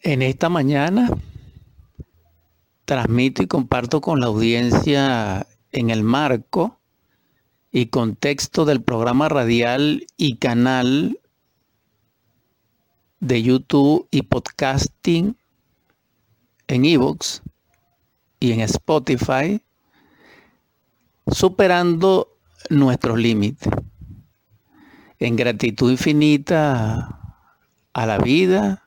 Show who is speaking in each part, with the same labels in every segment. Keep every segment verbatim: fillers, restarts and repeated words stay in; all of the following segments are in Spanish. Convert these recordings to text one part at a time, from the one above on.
Speaker 1: En esta mañana transmito y comparto con la audiencia en el marco y contexto del programa radial y canal de YouTube y podcasting en iVoox y en Spotify, superando nuestros límites, en gratitud infinita a la vida,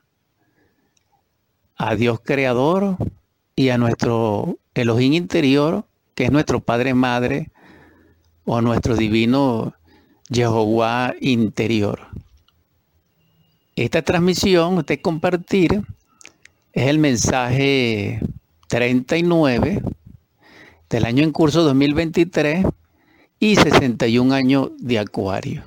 Speaker 1: a Dios Creador y a nuestro Elohim interior, que es nuestro Padre Madre, o a nuestro divino Jehová interior. Esta transmisión, este compartir, es el mensaje treinta y nueve del año en curso dos mil veintitrés y sesenta y un años de Acuario.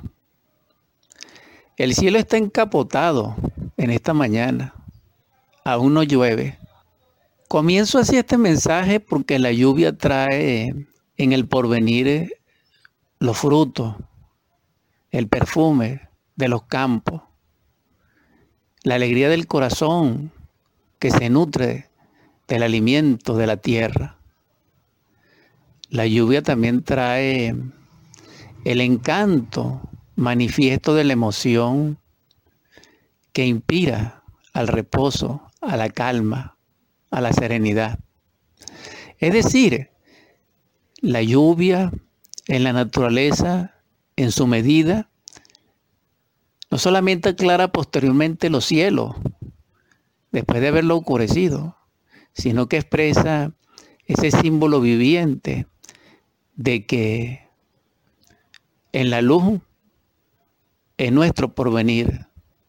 Speaker 1: El cielo está encapotado en esta mañana. Aún no llueve. Comienzo así este mensaje porque la lluvia trae en el porvenir los frutos, el perfume de los campos, la alegría del corazón que se nutre del alimento de la tierra. La lluvia también trae el encanto manifiesto de la emoción que inspira al reposo, a la calma, a la serenidad. Es decir, la lluvia en la naturaleza, en su medida, no solamente aclara posteriormente los cielos, después de haberlo oscurecido, sino que expresa ese símbolo viviente de que en la luz es nuestro porvenir.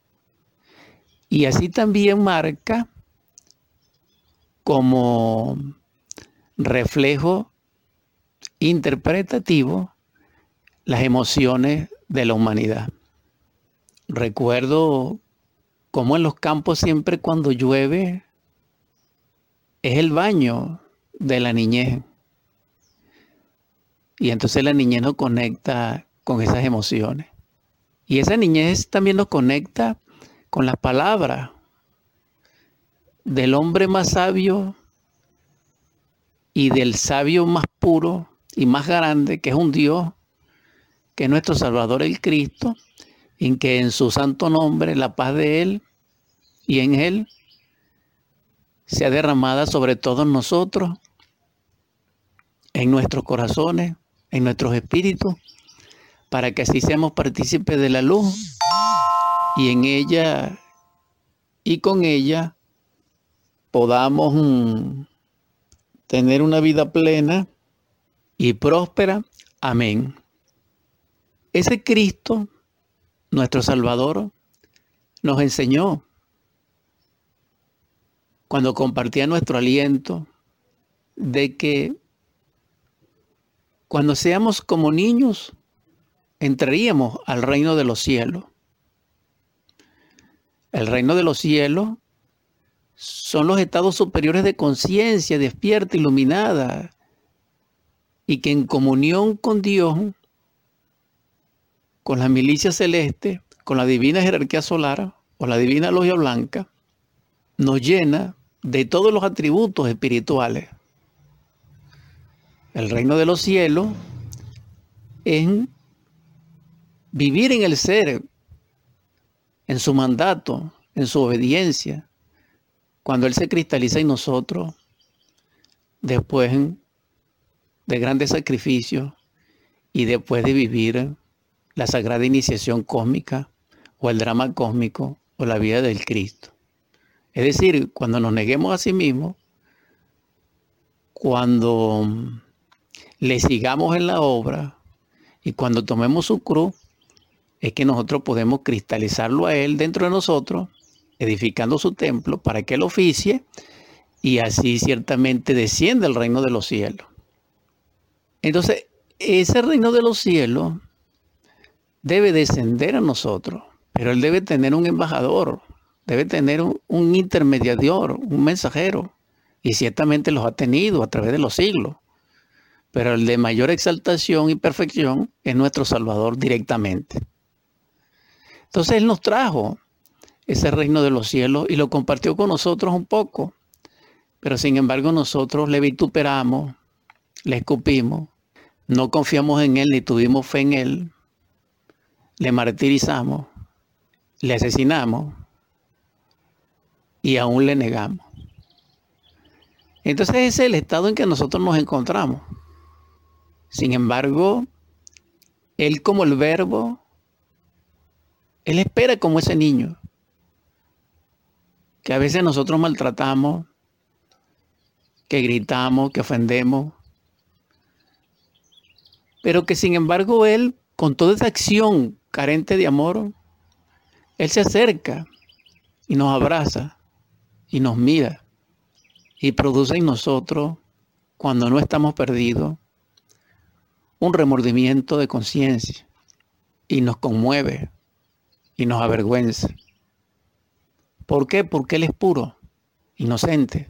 Speaker 1: Y así también marca como reflejo interpretativo las emociones de la humanidad. Recuerdo cómo en los campos siempre cuando llueve es el baño de la niñez. Y entonces la niñez nos conecta con esas emociones. Y esa niñez también nos conecta con las palabras del hombre más sabio y del sabio más puro y más grande, que es un Dios, que es nuestro Salvador el Cristo, en que en su santo nombre la paz de Él y en Él sea derramada sobre todos nosotros, en nuestros corazones, en nuestros espíritus, para que así seamos partícipes de la luz y en ella y con ella podamos mm, tener una vida plena y próspera. Amén. Ese Cristo, nuestro Salvador, nos enseñó cuando compartía nuestro aliento de que cuando seamos como niños entraríamos al reino de los cielos. El reino de los cielos son los estados superiores de conciencia despierta, iluminada, y que en comunión con Dios, con la milicia celeste, con la divina jerarquía solar o la divina logia blanca, nos llena de todos los atributos espirituales. El reino de los cielos es vivir en el ser, en su mandato, en su obediencia, cuando Él se cristaliza en nosotros, después de grandes sacrificios y después de vivir la sagrada iniciación cósmica o el drama cósmico o la vida del Cristo. Es decir, cuando nos neguemos a sí mismos, cuando le sigamos en la obra y cuando tomemos su cruz, es que nosotros podemos cristalizarlo a Él dentro de nosotros, edificando su templo para que Él oficie y así ciertamente desciende el reino de los cielos. Entonces, ese reino de los cielos debe descender a nosotros, pero Él debe tener un embajador, debe tener un, un intermediador, un mensajero, y ciertamente los ha tenido a través de los siglos. Pero el de mayor exaltación y perfección es nuestro Salvador directamente. Entonces Él nos trajo ese reino de los cielos y lo compartió con nosotros un poco. Pero sin embargo nosotros le vituperamos, le escupimos, no confiamos en Él ni tuvimos fe en Él, le martirizamos, le asesinamos y aún le negamos. Entonces ese es el estado en que nosotros nos encontramos. Sin embargo, Él como el Verbo, Él espera como ese niño, que a veces nosotros maltratamos, que gritamos, que ofendemos, pero que sin embargo Él, con toda esa acción carente de amor, Él se acerca y nos abraza y nos mira y produce en nosotros, cuando no estamos perdidos, un remordimiento de conciencia y nos conmueve y nos avergüenza. ¿Por qué? Porque Él es puro, inocente.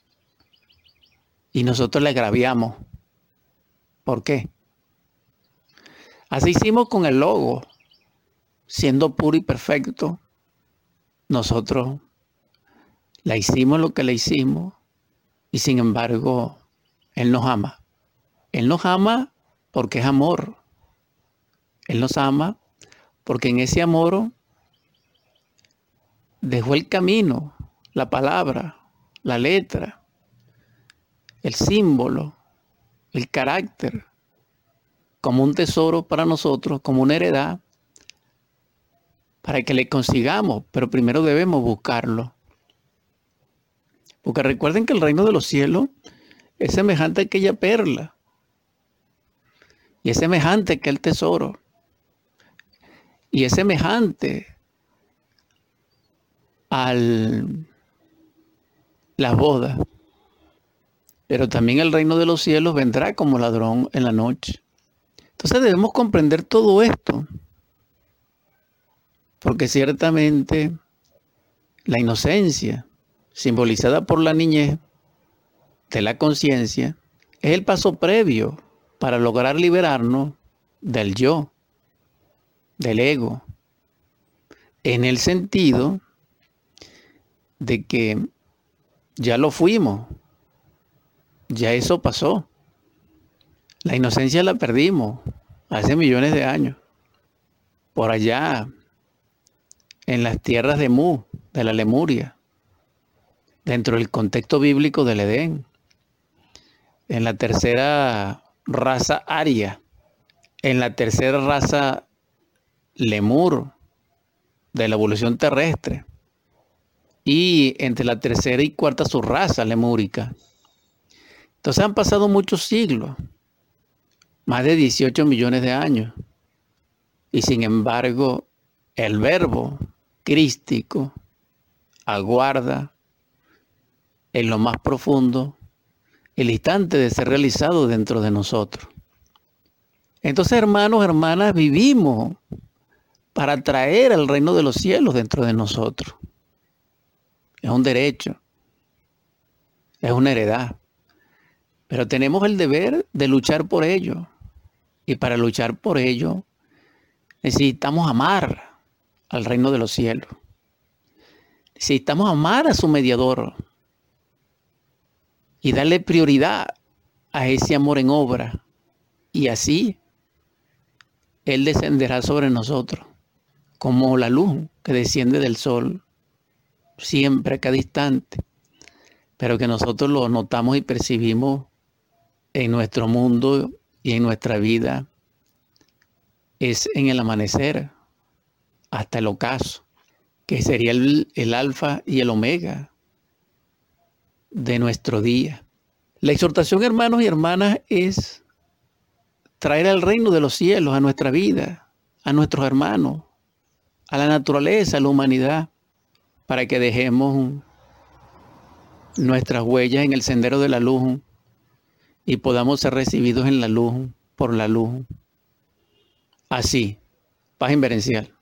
Speaker 1: Y nosotros le agraviamos. ¿Por qué? Así hicimos con el Logo, siendo puro y perfecto. Nosotros le hicimos lo que le hicimos y sin embargo Él nos ama. Él nos ama porque es amor. Él nos ama porque en ese amor dejó el camino, la palabra, la letra, el símbolo, el carácter, como un tesoro para nosotros, como una heredad, para que le consigamos, pero primero debemos buscarlo. Porque recuerden que el reino de los cielos es semejante a aquella perla, y es semejante a aquel tesoro, y es semejante a las bodas. Pero también el reino de los cielos vendrá como ladrón en la noche. Entonces debemos comprender todo esto, porque ciertamente la inocencia, simbolizada por la niñez de la conciencia, es el paso previo para lograr liberarnos del yo, del ego, en el sentido de que ya lo fuimos. Ya eso pasó. La inocencia la perdimos hace millones de años. Por allá, en las tierras de Mu, de la Lemuria, dentro del contexto bíblico del Edén, en la tercera raza aria, en la tercera raza lemur de la evolución terrestre y entre la tercera y cuarta subraza lemúrica. Entonces han pasado muchos siglos, más de dieciocho millones de años, y sin embargo el verbo crístico aguarda en lo más profundo el instante de ser realizado dentro de nosotros. Entonces, hermanos, hermanas, vivimos para traer el reino de los cielos dentro de nosotros. Es un derecho, es una heredad. Pero tenemos el deber de luchar por ello. Y para luchar por ello necesitamos amar al reino de los cielos. Necesitamos amar a su mediador y darle prioridad a ese amor en obra. Y así Él descenderá sobre nosotros como la luz que desciende del sol, siempre a cada instante, pero que nosotros lo notamos y percibimos en nuestro mundo y en nuestra vida. Es en el amanecer hasta el ocaso, que sería el, el alfa y el omega de nuestro día. La exhortación, hermanos y hermanas, es traer el reino de los cielos a nuestra vida, a nuestros hermanos, a la naturaleza, a la humanidad, para que dejemos nuestras huellas en el sendero de la luz y podamos ser recibidos en la luz, por la luz. Así, paz inverencial.